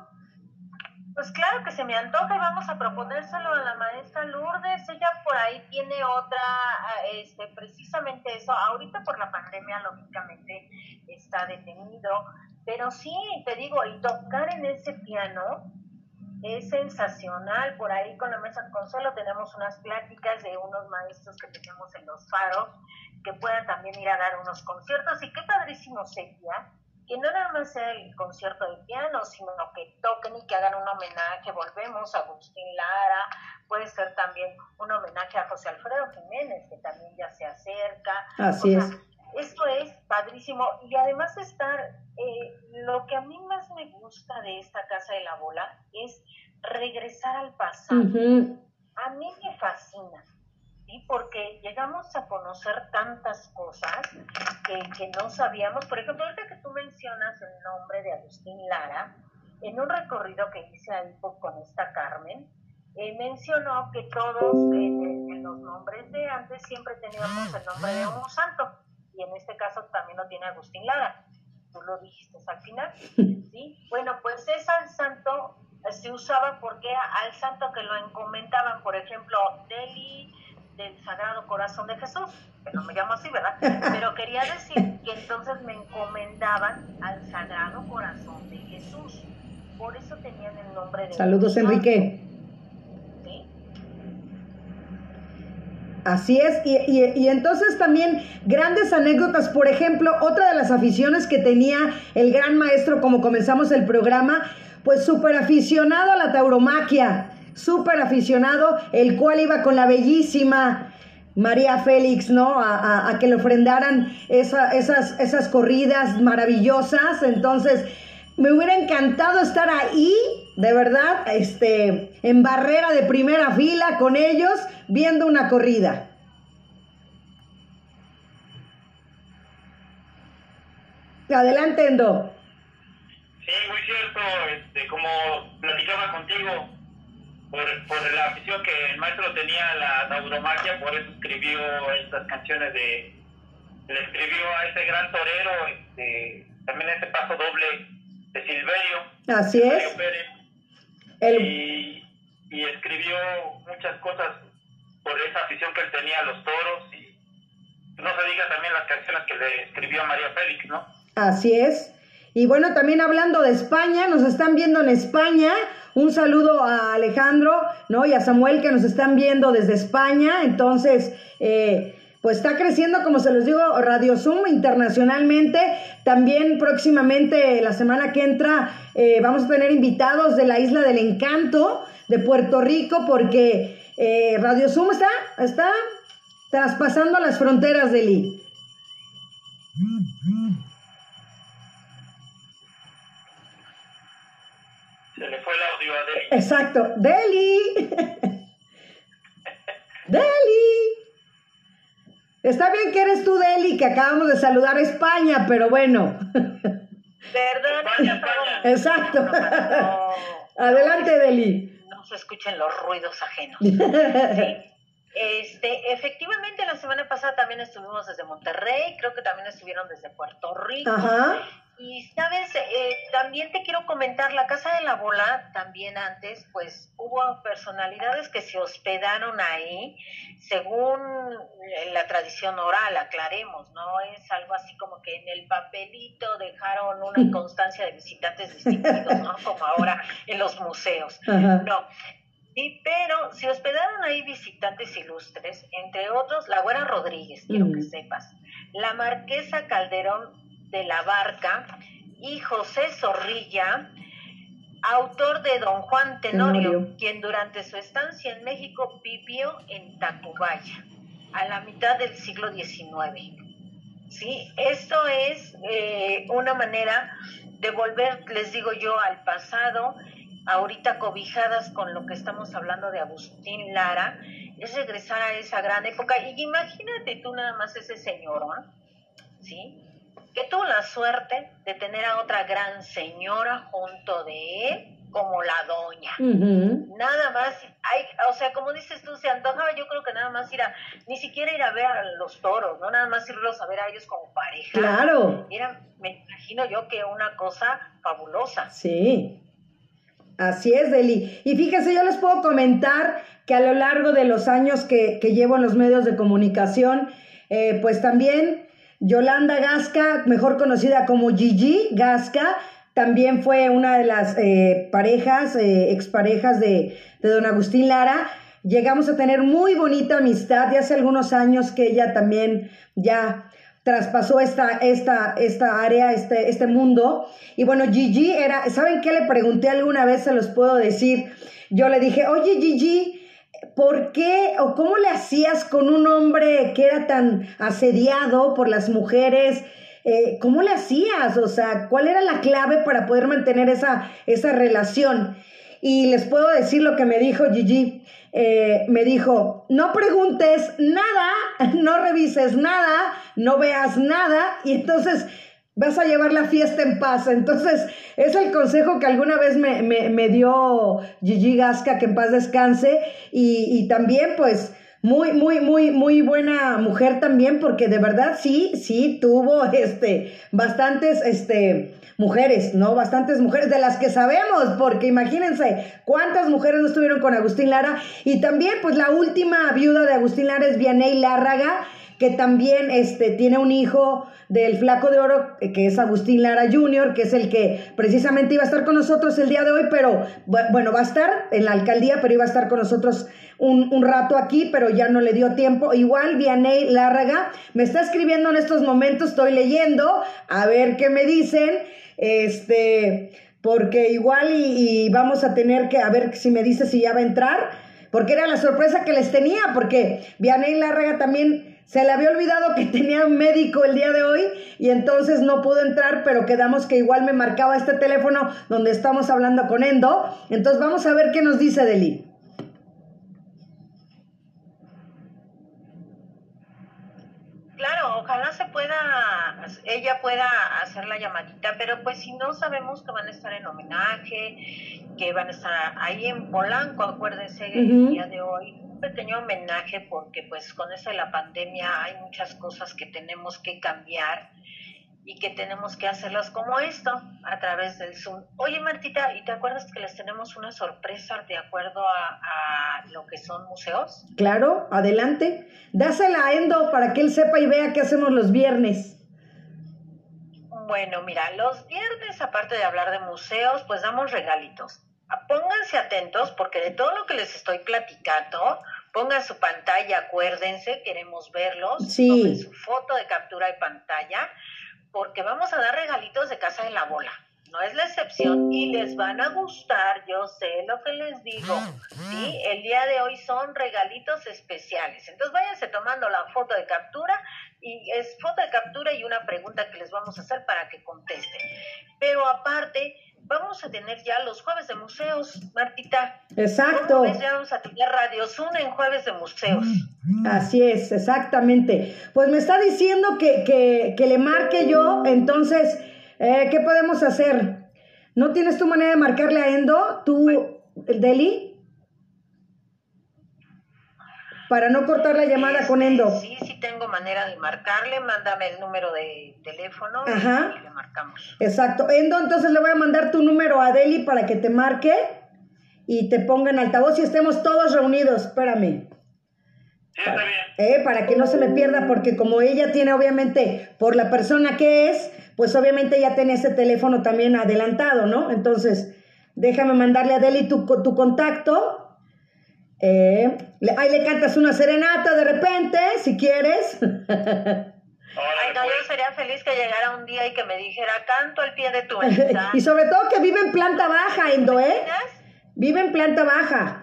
Pues claro que se me antoja y vamos a proponérselo a la maestra Lourdes. Ella por ahí tiene otra, este, precisamente eso. Ahorita por la pandemia, lógicamente, está detenido. Pero sí, te digo, y tocar en ese piano es sensacional. Por ahí con la mesa Consuelo tenemos unas pláticas de unos maestros que tenemos en los faros que puedan también ir a dar unos conciertos. Y qué padrísimo sería que no nada más sea el concierto de piano, sino que toquen y que hagan un homenaje. Volvemos a Agustín Lara, puede ser también un homenaje a José Alfredo Jiménez, que también ya se acerca. Así o sea, es. Esto es padrísimo. Y además estar, eh, lo que a mí más me gusta de esta Casa de la Bola es regresar al pasado. Uh-huh. A mí me fascina. Sí, porque llegamos a conocer tantas cosas que, que no sabíamos. Por ejemplo, ahorita que tú mencionas el nombre de Agustín Lara, en un recorrido que hice ahí con esta Carmen, eh, mencionó que todos en, en los nombres de antes siempre teníamos el nombre de un santo, y en este caso también lo tiene Agustín Lara. Tú lo dijiste al final, ¿sí? Bueno, pues ese santo se usaba porque al santo que lo encomendaban, por ejemplo, Deli, del Sagrado Corazón de Jesús, que no me llamo así, ¿verdad? Pero quería decir que entonces me encomendaban al Sagrado Corazón de Jesús. Por eso tenían el nombre de... Saludos, Enrique. ¿Sí? Así es, y, y, y entonces también grandes anécdotas, por ejemplo, otra de las aficiones que tenía el gran maestro, como comenzamos el programa, pues súper aficionado a la tauromaquia, súper aficionado, el cual iba con la bellísima María Félix, ¿no? A, a, a que le ofrendaran esa, esas, esas corridas maravillosas. Entonces, me hubiera encantado estar ahí, de verdad, este, en barrera de primera fila con ellos, viendo una corrida. Adelante, Endo. Sí, muy cierto, este, como platicaba contigo, por, por la afición que el maestro tenía a la tauromaquia, por eso escribió estas canciones de, le escribió a ese gran torero, este, también este paso doble de Silverio. Así Silverio es. Pérez, El... y, y escribió muchas cosas por esa afición que él tenía a los toros, y no se diga también las canciones que le escribió a María Félix, ¿no? Así es. Y bueno, también hablando de España, nos están viendo en España. Un saludo a Alejandro, ¿no? Y a Samuel, que nos están viendo desde España. Entonces, eh, pues está creciendo, como se los digo, Radio Zoom internacionalmente. También próximamente, la semana que entra, eh, vamos a tener invitados de la Isla del Encanto, de Puerto Rico, porque eh, Radio Zoom está, está traspasando las fronteras de Lee. Se le fue el audio a Deli. Exacto, Deli. Deli. Está bien que eres tú, Deli, que acabamos de saludar a España, pero bueno. Perdón, España, España. Exacto. No, no, Adelante, Deli. no se escuchen los ruidos ajenos. Sí. Este, efectivamente, la semana pasada también estuvimos desde Monterrey, creo que también estuvieron desde Puerto Rico. Ajá. Y, ¿sabes? Eh, también te quiero comentar, la Casa de la Bola, también antes, pues, hubo personalidades que se hospedaron ahí, según la tradición oral, aclaremos, ¿no? Es algo así como que en el papelito dejaron una constancia de visitantes distinguidos, ¿no? Como ahora en los museos. Ajá. No. Sí, pero se hospedaron ahí visitantes ilustres, entre otros la Güera Rodríguez, quiero Mm. que sepas, la Marquesa Calderón de la Barca y José Zorrilla, autor de Don Juan Tenorio, Tenorio. quien durante su estancia en México vivió en Tacubaya, a la mitad del siglo diecinueve. Sí, esto es eh, una manera de volver, les digo yo, al pasado, ahorita cobijadas con lo que estamos hablando de Agustín Lara, es regresar a esa gran época. Y imagínate tú nada más ese señor, ¿no? ¿Sí? Que tuvo la suerte de tener a otra gran señora junto de él, como la doña. Uh-huh. Nada más, hay, o sea, como dices tú, se antojaba, yo creo que nada más ir a, ni siquiera ir a ver a los toros, no nada más irlos a ver a ellos como pareja. Claro. Era, me imagino yo que una cosa fabulosa. Sí. Así es, Deli. Y fíjese, yo les puedo comentar que a lo largo de los años que, que llevo en los medios de comunicación, eh, pues también Yolanda Gasca, mejor conocida como Gigi Gasca, también fue una de las eh, parejas, eh, exparejas de, de don Agustín Lara. Llegamos a tener muy bonita amistad y hace algunos años que ella también ya traspasó esta, esta, esta área, este, este mundo. Y bueno, Gigi era, ¿saben qué le pregunté alguna vez? Se los puedo decir. Yo le dije, oye Gigi, ¿por qué o cómo le hacías con un hombre que era tan asediado por las mujeres? Eh, ¿Cómo le hacías? O sea, ¿cuál era la clave para poder mantener esa, esa relación? Y les puedo decir lo que me dijo Gigi. Eh, me dijo, no preguntes nada, no revises nada, no veas nada, y entonces vas a llevar la fiesta en paz. Entonces, es el consejo que alguna vez me, me, me dio Gigi Gasca, que en paz descanse, y, y también, pues, muy, muy, muy, muy buena mujer también, porque de verdad sí, sí tuvo, este, bastantes, este, mujeres, ¿no? Bastantes mujeres, de las que sabemos, porque imagínense cuántas mujeres no estuvieron con Agustín Lara. Y también, pues, la última viuda de Agustín Lara es Vianey Lárraga, que también este, tiene un hijo del Flaco de Oro, que es Agustín Lara junior, que es el que precisamente iba a estar con nosotros el día de hoy, pero bueno, va a estar en la alcaldía, pero iba a estar con nosotros un, un rato aquí, pero ya no le dio tiempo. Igual Vianey Lárraga me está escribiendo en estos momentos, estoy leyendo, a ver qué me dicen, este, porque igual y, y vamos a tener que, a ver si me dice si ya va a entrar, porque era la sorpresa que les tenía, porque Vianey Lárraga también se le había olvidado que tenía un médico el día de hoy y entonces no pudo entrar, pero quedamos que igual me marcaba este teléfono donde estamos hablando con Endo. Entonces vamos a ver qué nos dice Deli. Claro, ojalá se pueda, ella pueda hacer la llamadita, pero pues si no, sabemos que van a estar en homenaje, que van a estar ahí en Polanco, acuérdense, uh-huh. el día de hoy, un pequeño homenaje, porque pues con eso de la pandemia hay muchas cosas que tenemos que cambiar y que tenemos que hacerlas como esto, a través del Zoom. Oye, Martita, ¿y te acuerdas que les tenemos una sorpresa de acuerdo a, a lo que son museos? Claro, adelante. Dásela a Endo para que él sepa y vea qué hacemos los viernes. Bueno, mira, los viernes, aparte de hablar de museos, pues damos regalitos. Pónganse atentos, porque de todo lo que les estoy platicando, pongan su pantalla, acuérdense, queremos verlos. Sí. Tomen su foto de captura de pantalla, porque vamos a dar regalitos de Casa de la Bola. No es la excepción y les van a gustar, yo sé lo que les digo, ¿sí? El día de hoy son regalitos especiales. Entonces váyanse tomando la foto de captura, y es foto de captura y una pregunta que les vamos a hacer para que contesten. Pero aparte, vamos a tener ya los jueves de museos, Martita. Exacto. ¿Cómo ves? Ya vamos a tener Radio Zoom en jueves de museos. Así es, exactamente. Pues me está diciendo que, que, que le marque yo, entonces, eh, ¿qué podemos hacer? ¿No tienes tu manera de marcarle a Endo, tú, el Deli? Para no cortar la llamada este, con Endo. Sí, sí tengo manera de marcarle, mándame el número de teléfono. Ajá. Y le marcamos. Exacto. Endo, entonces le voy a mandar tu número a Deli para que te marque y te ponga en altavoz y estemos todos reunidos. Espérame. Sí, está bien. Eh, para que no se me pierda, porque como ella tiene obviamente, por la persona que es, pues obviamente ya tiene ese teléfono también adelantado, ¿no? Entonces, déjame mandarle a Deli tu, tu contacto. Eh, le, ahí le cantas una serenata de repente, si quieres. Ay, no, yo sería feliz que llegara un día y que me dijera, canto al pie de tu ventana. Y sobre todo que vive en planta baja, Endo, ¿eh? Vive en planta baja.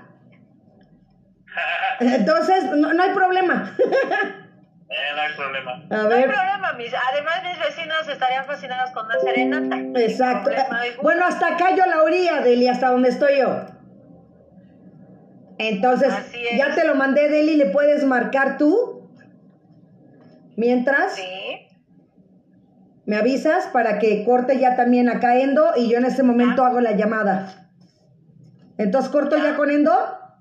Entonces, no, no hay problema. Eh, no hay problema. A No ver. hay problema, mis, además mis vecinos estarían fascinados con una serenata. Exacto. Problema, Bueno, hasta acá yo la orilla, Deli, hasta donde estoy yo. Entonces, ya te lo mandé, Deli, ¿le puedes marcar tú? Mientras. Sí. Me avisas para que corte ya también acá Endo y yo en ese momento ah. hago la llamada. Entonces, ¿corto ya, ya con Endo?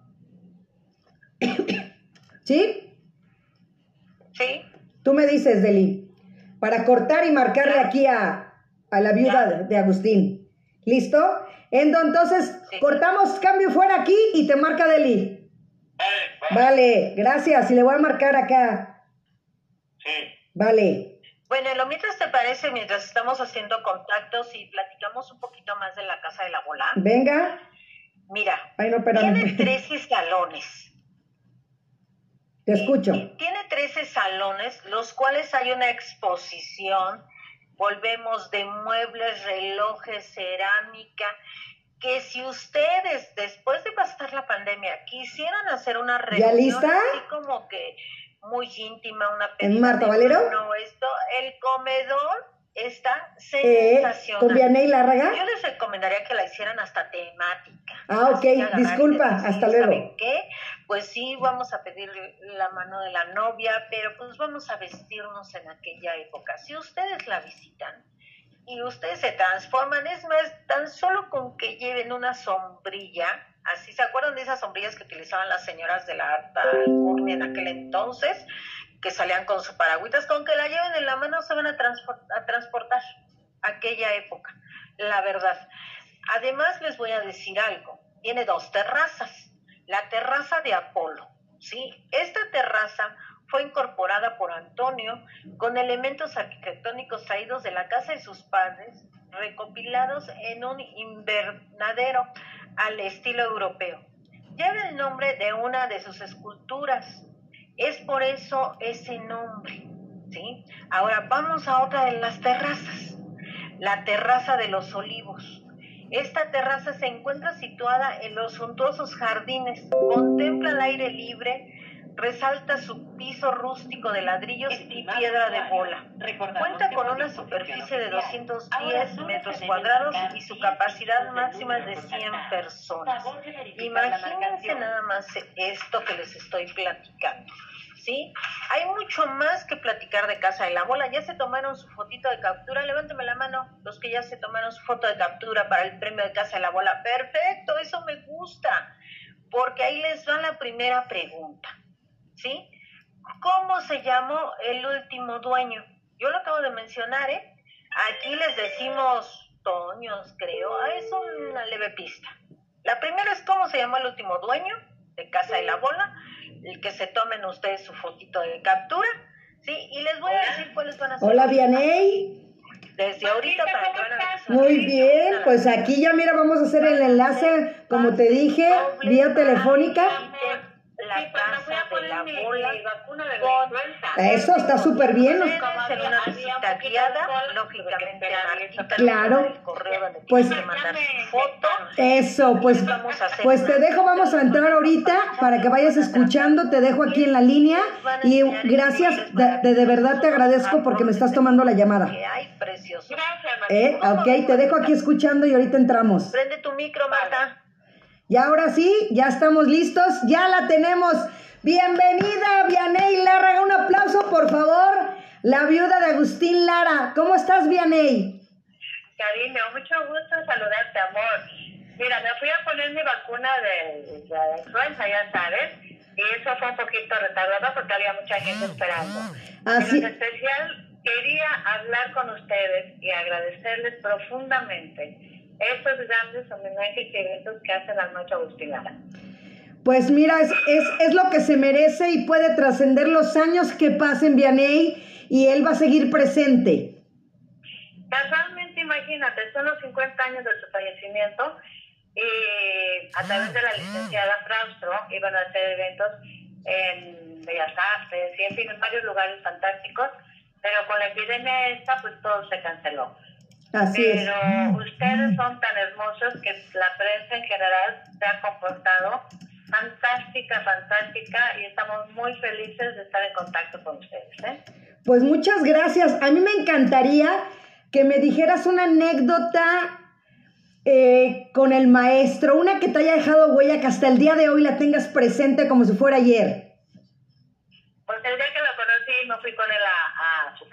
¿Sí? Sí. Tú me dices, Deli, para cortar y marcarle ya. aquí a, a la viuda de, de Agustín. ¿Listo? Endo, entonces, sí. cortamos, cambio fuera aquí y te marca Deli. Vale, vale. Vale, gracias. Y le voy a marcar acá. Sí. Vale. Bueno, lo mientras te parece, mientras estamos haciendo contactos y platicamos un poquito más de la Casa de la Bola. Venga. Mira, Ay, no, tiene trece salones. Te escucho. Y, y tiene trece salones, los cuales hay una exposición, volvemos de muebles, relojes, cerámica, que si ustedes, después de pasar la pandemia, quisieran hacer una reunión, ¿Ya lista? así como que muy íntima, una ¿En Marta Valero? No, esto, el comedor está eh, sensacional. ¿Con Vianey Lárraga? Yo les recomendaría que la hicieran hasta temática. Ah, ok, disculpa, decir, hasta luego. ¿Saben qué? Pues sí, vamos a pedir la mano de la novia, pero pues vamos a vestirnos en aquella época. Si ustedes la visitan y ustedes se transforman, es más, tan solo con que lleven una sombrilla, así, ¿se acuerdan de esas sombrillas que utilizaban las señoras de la alta alcurnia en aquel entonces? Que salían con su paragüitas, con que la lleven en la mano se van a, transport, a transportar a aquella época, la verdad. Además les voy a decir algo, tiene dos terrazas, la terraza de Apolo, ¿sí? Esta terraza fue incorporada por Antonio con elementos arquitectónicos traídos de la casa de sus padres, recopilados en un invernadero al estilo europeo. Lleva el nombre de una de sus esculturas. Es por eso ese nombre, ¿sí? Ahora vamos a otra de las terrazas, la terraza de los Olivos. Esta terraza se encuentra situada en los suntuosos jardines, contempla el aire libre, resalta su piso rústico de ladrillos y piedra de bola. Cuenta con una superficie de doscientos diez metros cuadrados y su capacidad máxima es de cien personas. Imagínense nada más esto que les estoy platicando, ¿sí? Hay mucho más que platicar de Casa de la Bola. ¿Ya se tomaron su fotito de captura? Levántame la mano los que ya se tomaron su foto de captura para el premio de Casa de la Bola. Perfecto, eso me gusta, porque ahí les va la primera pregunta, ¿sí? ¿Cómo se llamó el último dueño? Yo lo acabo de mencionar, ¿eh? Aquí les decimos Toños, creo. Ah, es una leve pista. La primera es cómo se llamó el último dueño de Casa de la Bola, el que se tomen ustedes su fotito de captura, ¿sí? Y les voy a decir cuáles van a ser. Hola, Vianey. Desde ahorita para que van a ver. Muy bien, pues aquí ya mira, vamos a hacer el enlace, como te dije, vía telefónica. La Casa de la Bola con... Eso está súper bien. En una visita guiada, lógicamente claro, pues mandar su foto. Eso, pues, pues te dejo, vamos a entrar ahorita para que vayas escuchando, te dejo aquí en la línea y gracias, de, de, de verdad te agradezco porque me estás tomando la llamada. ¿Eh? Ok, te dejo aquí escuchando y ahorita entramos. Prende tu micro, Marta. Y ahora sí, ya estamos listos, ya la tenemos. Bienvenida, Vianey Lárraga, un aplauso, por favor. La viuda de Agustín Lara. ¿Cómo estás, Vianey? Cariño, mucho gusto saludarte, amor. Mira, me fui a poner mi vacuna de, de la influenza, ya sabes, y eso fue un poquito retardado porque había mucha gente esperando. Así. En especial, quería hablar con ustedes y agradecerles profundamente estos grandes homenajes y eventos que hacen la Noche Agustín Lara. Pues mira, es, es, es lo que se merece y puede trascender los años que pasen, Vianey, y él va a seguir presente. Casualmente, imagínate, son los cincuenta años de su fallecimiento y a través de la licenciada Fraustro iban a hacer eventos en Bellas Artes y en fin, en varios lugares fantásticos, pero con la epidemia esta, pues todo se canceló. Así Pero es. ustedes son tan hermosos que la prensa en general se ha comportado fantástica, fantástica y estamos muy felices de estar en contacto con ustedes, ¿eh? Pues muchas gracias. A mí me encantaría que me dijeras una anécdota eh, con el maestro, una que te haya dejado huella, que hasta el día de hoy la tengas presente como si fuera ayer. Pues el día que lo conocí me fui con él a, a su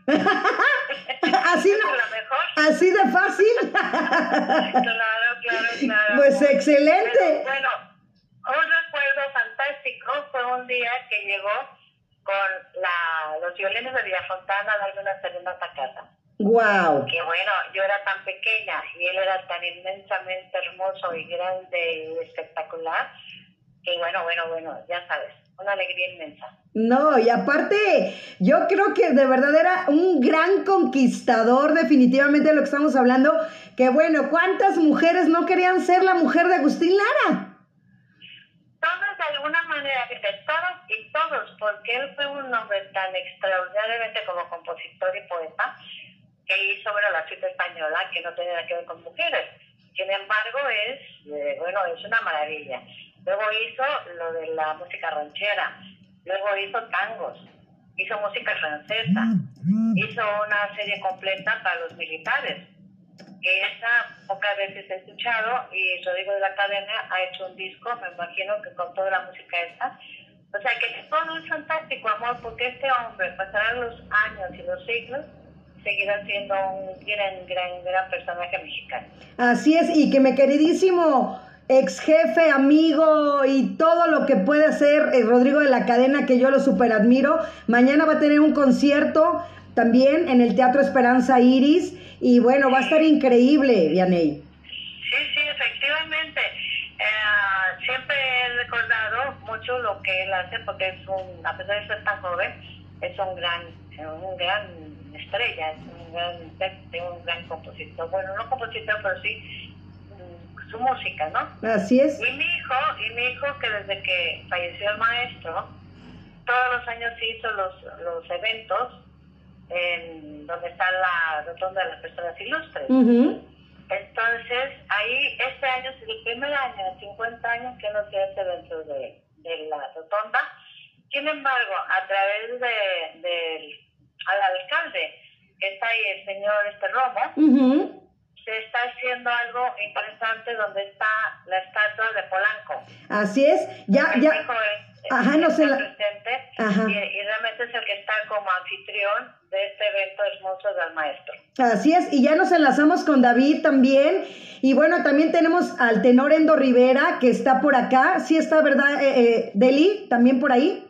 casa. Así, no, mejor. así de fácil. Claro, claro, claro. Pues excelente. Pero, bueno, un recuerdo fantástico fue un día que llegó con la, los violines de Villafontana a darle una serenata a casa. Wow. Que bueno, yo era tan pequeña y él era tan inmensamente hermoso y grande y espectacular, que bueno, bueno, bueno, ya sabes, una alegría inmensa. No, y aparte, yo creo que de verdad era un gran conquistador, definitivamente de lo que estamos hablando, que bueno, ¿cuántas mujeres no querían ser la mujer de Agustín Lara? Todos de alguna manera, fíjate, todos y todos, porque él fue un hombre tan extraordinariamente como compositor y poeta, que hizo, bueno, la suite española, que no tenía nada que ver con mujeres. Sin embargo, es, eh, bueno, es una maravilla. Luego hizo lo de la música ranchera, luego hizo tangos, hizo música francesa, hizo una serie completa para los militares, que esa pocas veces he escuchado, y Rodrigo de la Cadena ha hecho un disco, me imagino que con toda la música esa. O sea que todo es fantástico, amor, porque este hombre, pasarán los años y los siglos, seguirá siendo un gran, gran, gran personaje mexicano. Así es, y que mi queridísimo ex jefe, amigo y todo lo que puede hacer eh, Rodrigo de la Cadena, que yo lo super admiro, mañana va a tener un concierto también en el Teatro Esperanza Iris, y bueno, va a estar increíble, Vianey. Sí, sí, efectivamente. Eh, siempre he recordado muy mucho lo que él hace porque es un, a pesar de ser tan joven, es un gran, un gran estrella, es un gran intérprete, un gran compositor. Bueno, no compositor, pero sí su música, ¿no? Así es. Y mi hijo, y mi hijo que desde que falleció el maestro, todos los años hizo los, los eventos en donde está la rotonda de las personas ilustres. Uh-huh. Entonces, ahí este año es el primer año, cincuenta años que no se hace dentro de, de la rotonda. Sin embargo, a través de, de al alcalde, que está ahí el señor este Romo, Uh-huh. se está haciendo algo interesante donde está la estatua de Polanco. Así es, ya, El ya. hijo es, Ajá, no sé la- presente Ajá. y, y realmente es el que está como anfitrión de este evento hermoso del maestro. Así es, y ya nos enlazamos con David también. Y bueno, también tenemos al tenor Endo Rivera, que está por acá. Sí está, ¿verdad, eh, eh, Deli? ¿También por ahí?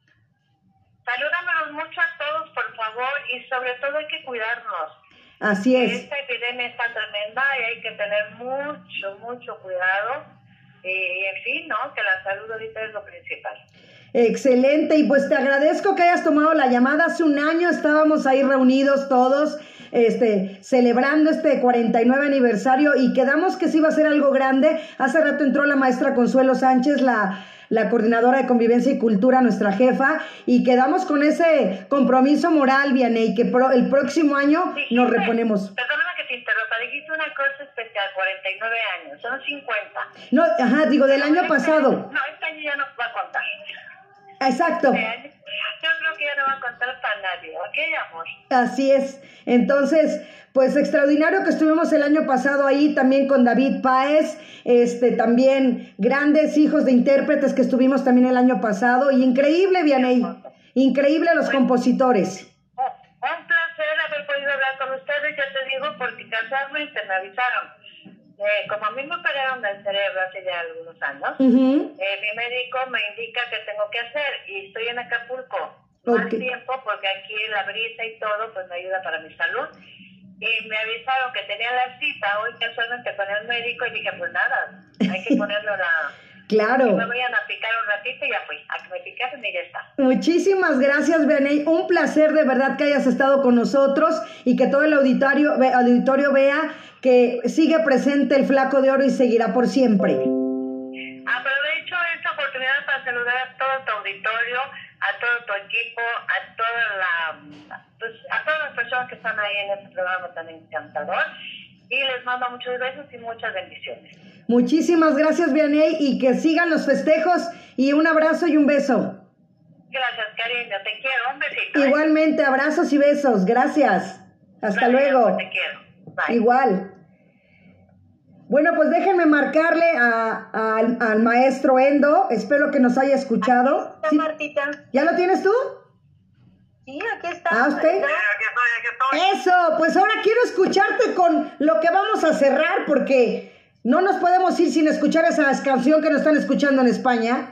Salúdamelos mucho a todos, por favor, y sobre todo hay que cuidarnos. Así es. Esta epidemia está tremenda y hay que tener mucho, mucho cuidado. Y en fin, ¿no? Que la salud ahorita es lo principal. Excelente, y pues te agradezco que hayas tomado la llamada. Hace un año estábamos ahí reunidos todos, este, celebrando este cuarenta y nueve aniversario y quedamos que sí iba a ser algo grande. Hace rato entró la maestra Consuelo Sánchez, la, la coordinadora de Convivencia y Cultura, nuestra jefa, y quedamos con ese compromiso moral, Vianey, que pro, el próximo año Dijiste, nos reponemos. Perdóname que te interrumpa, dijiste una cosa especial, cuarenta y nueve años, son cincuenta. No, ajá, digo, del año Este pasado. No, este año ya no va a contar. Exacto. Este año, yo creo que ya no va a contar para nadie, ¿ok, amor? Así es. Entonces, pues extraordinario que estuvimos el año pasado ahí también con David Páez, este, también grandes hijos de intérpretes que estuvimos también el año pasado, y increíble, Vianey, increíble los compositores. Oh, un placer haber podido hablar con ustedes, ya te digo, porque casualmente me avisaron. Eh, como a mí me operaron del cerebro hace ya algunos años, Uh-huh. eh, mi médico me indica que tengo que hacer y estoy en Acapulco más Ok. tiempo porque aquí la brisa y todo pues me ayuda para mi salud. Y me avisaron que tenía la cita hoy casualmente con el médico y dije, pues nada, hay que ponerlo la... Claro. Que me vayan a picar un ratito y ya fui. A que me picasen y ya está. Muchísimas gracias, Vianey. Un placer de verdad que hayas estado con nosotros y que todo el auditorio, ve- auditorio vea que sigue presente el Flaco de Oro y seguirá por siempre. Aprovecho esta oportunidad para saludar a todo tu auditorio, a todo tu equipo, a toda la, pues, a todas las personas que están ahí en este programa tan encantador. Y les mando muchos besos y muchas bendiciones. Muchísimas gracias, Vianey, y que sigan los festejos y un abrazo y un beso. Gracias, cariño. Te quiero. Un besito. ¿eh? Igualmente, abrazos y besos. Gracias. Hasta Gracias, luego. Te quiero. Bye. Igual. Bueno, pues déjenme marcarle a, a- al, al maestro Endo. Espero que nos haya escuchado. Está ¿Sí? Martita. ¿Ya lo tienes tú? Sí, aquí está. ¿Ah, usted? Sí, aquí estoy, aquí estoy. Eso, pues ahora quiero escucharte con lo que vamos a cerrar porque no nos podemos ir sin escuchar esa canción que nos están escuchando en España.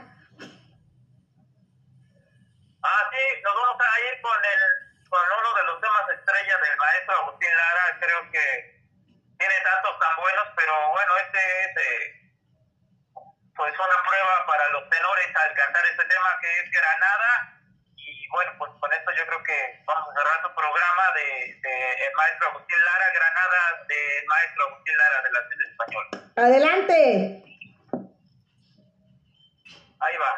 Ah, sí, nos vamos a ir con el con uno de los temas estrella del maestro Agustín Lara. Creo que tiene tantos tan buenos, pero bueno, este es eh, pues una prueba para los tenores al cantar este tema que es Granada. Y bueno, pues con esto yo creo que vamos a cerrar tu programa de, de el maestro Agustín Lara, Granada del maestro Agustín Lara de la Ciencia Española. Adelante. Ahí va.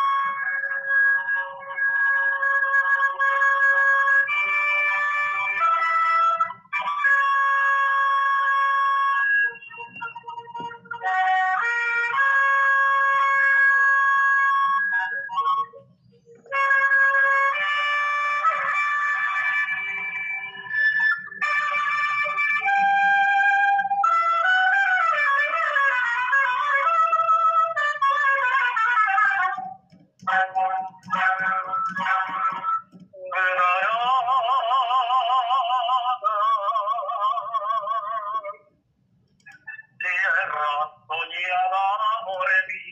Tierra soñada por mí,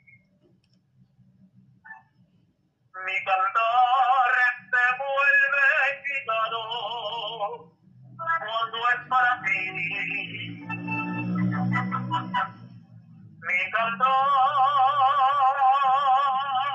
mi cantar se vuelve gitano cuando es para ti. Mi cantar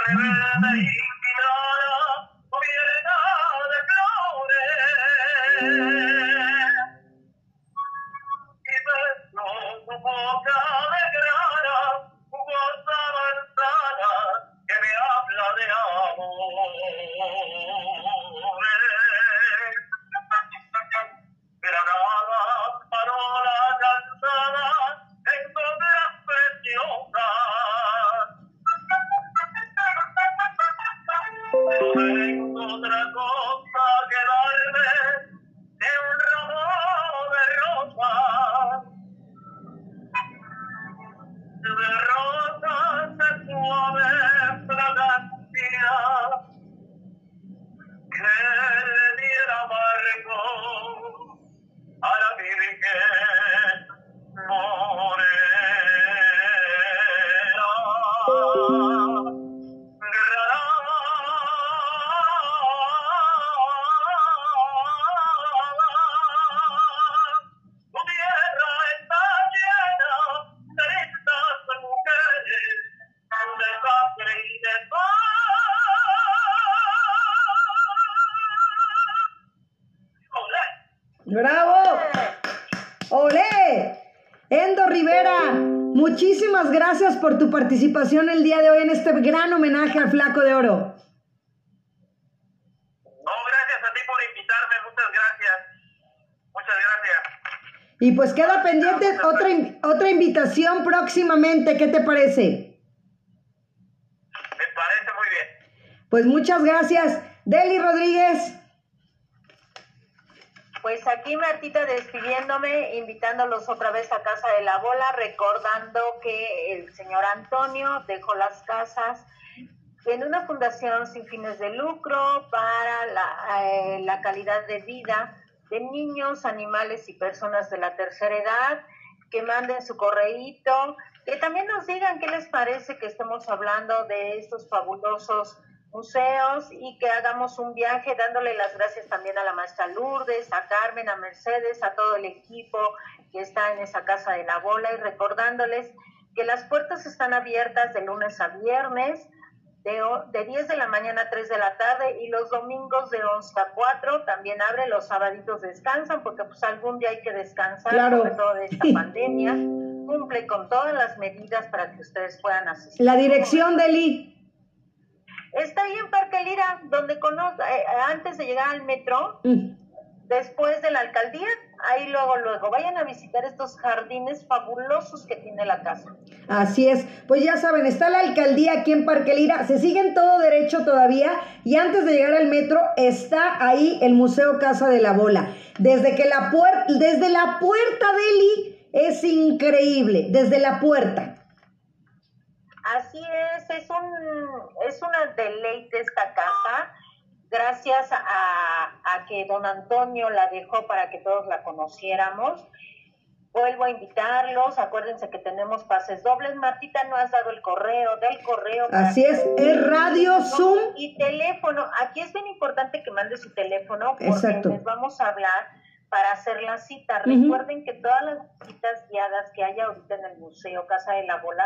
¡Bravo! ¡Olé! Endo Rivera, muchísimas gracias por tu participación el día de hoy en este gran homenaje al Flaco de Oro. No, gracias a ti por invitarme, muchas gracias. Muchas gracias. Y pues queda pendiente otra, otra invitación próximamente, ¿qué te parece? Me parece muy bien. Pues muchas gracias. Deli Rodríguez. Pues aquí Martita despidiéndome, invitándolos otra vez a Casa de la Bola, recordando que el señor Antonio dejó las casas en una fundación sin fines de lucro para la, eh, la calidad de vida de niños, animales y personas de la tercera edad. Que manden su correíto, que también nos digan qué les parece que estemos hablando de estos fabulosos museos y que hagamos un viaje dándole las gracias también a la maestra Lourdes, a Carmen, a Mercedes, a todo el equipo que está en esa Casa de la Bola, y recordándoles que las puertas están abiertas de lunes a viernes de, de diez de la mañana a tres de la tarde, y los domingos de once a cuatro. También abre, los sabaditos descansan porque pues algún día hay que descansar, claro, sobre todo de esta pandemia. Cumple con todas las medidas para que ustedes puedan asistir. La dirección, Deli. Está ahí en Parque Lira, donde conoce, eh, antes de llegar al metro, Mm. después de la alcaldía, ahí luego, luego, vayan a visitar estos jardines fabulosos que tiene la casa. Así es, pues ya saben, está la alcaldía aquí en Parque Lira, se siguen todo derecho todavía, y antes de llegar al metro está ahí el Museo Casa de la Bola. Desde que la puerta, desde la puerta, Deli, es increíble, desde la puerta. Así es, es un es una deleite esta casa, gracias a, a que don Antonio la dejó para que todos la conociéramos. Vuelvo a invitarlos, acuérdense que tenemos pases dobles. Martita, no has dado el correo, del correo. Así es, es Radio Zoom. Y teléfono, aquí es bien importante que mande su teléfono, porque Exacto. les vamos a hablar para hacer la cita. Uh-huh. Recuerden que todas las citas guiadas que hay ahorita en el Museo Casa de la Bola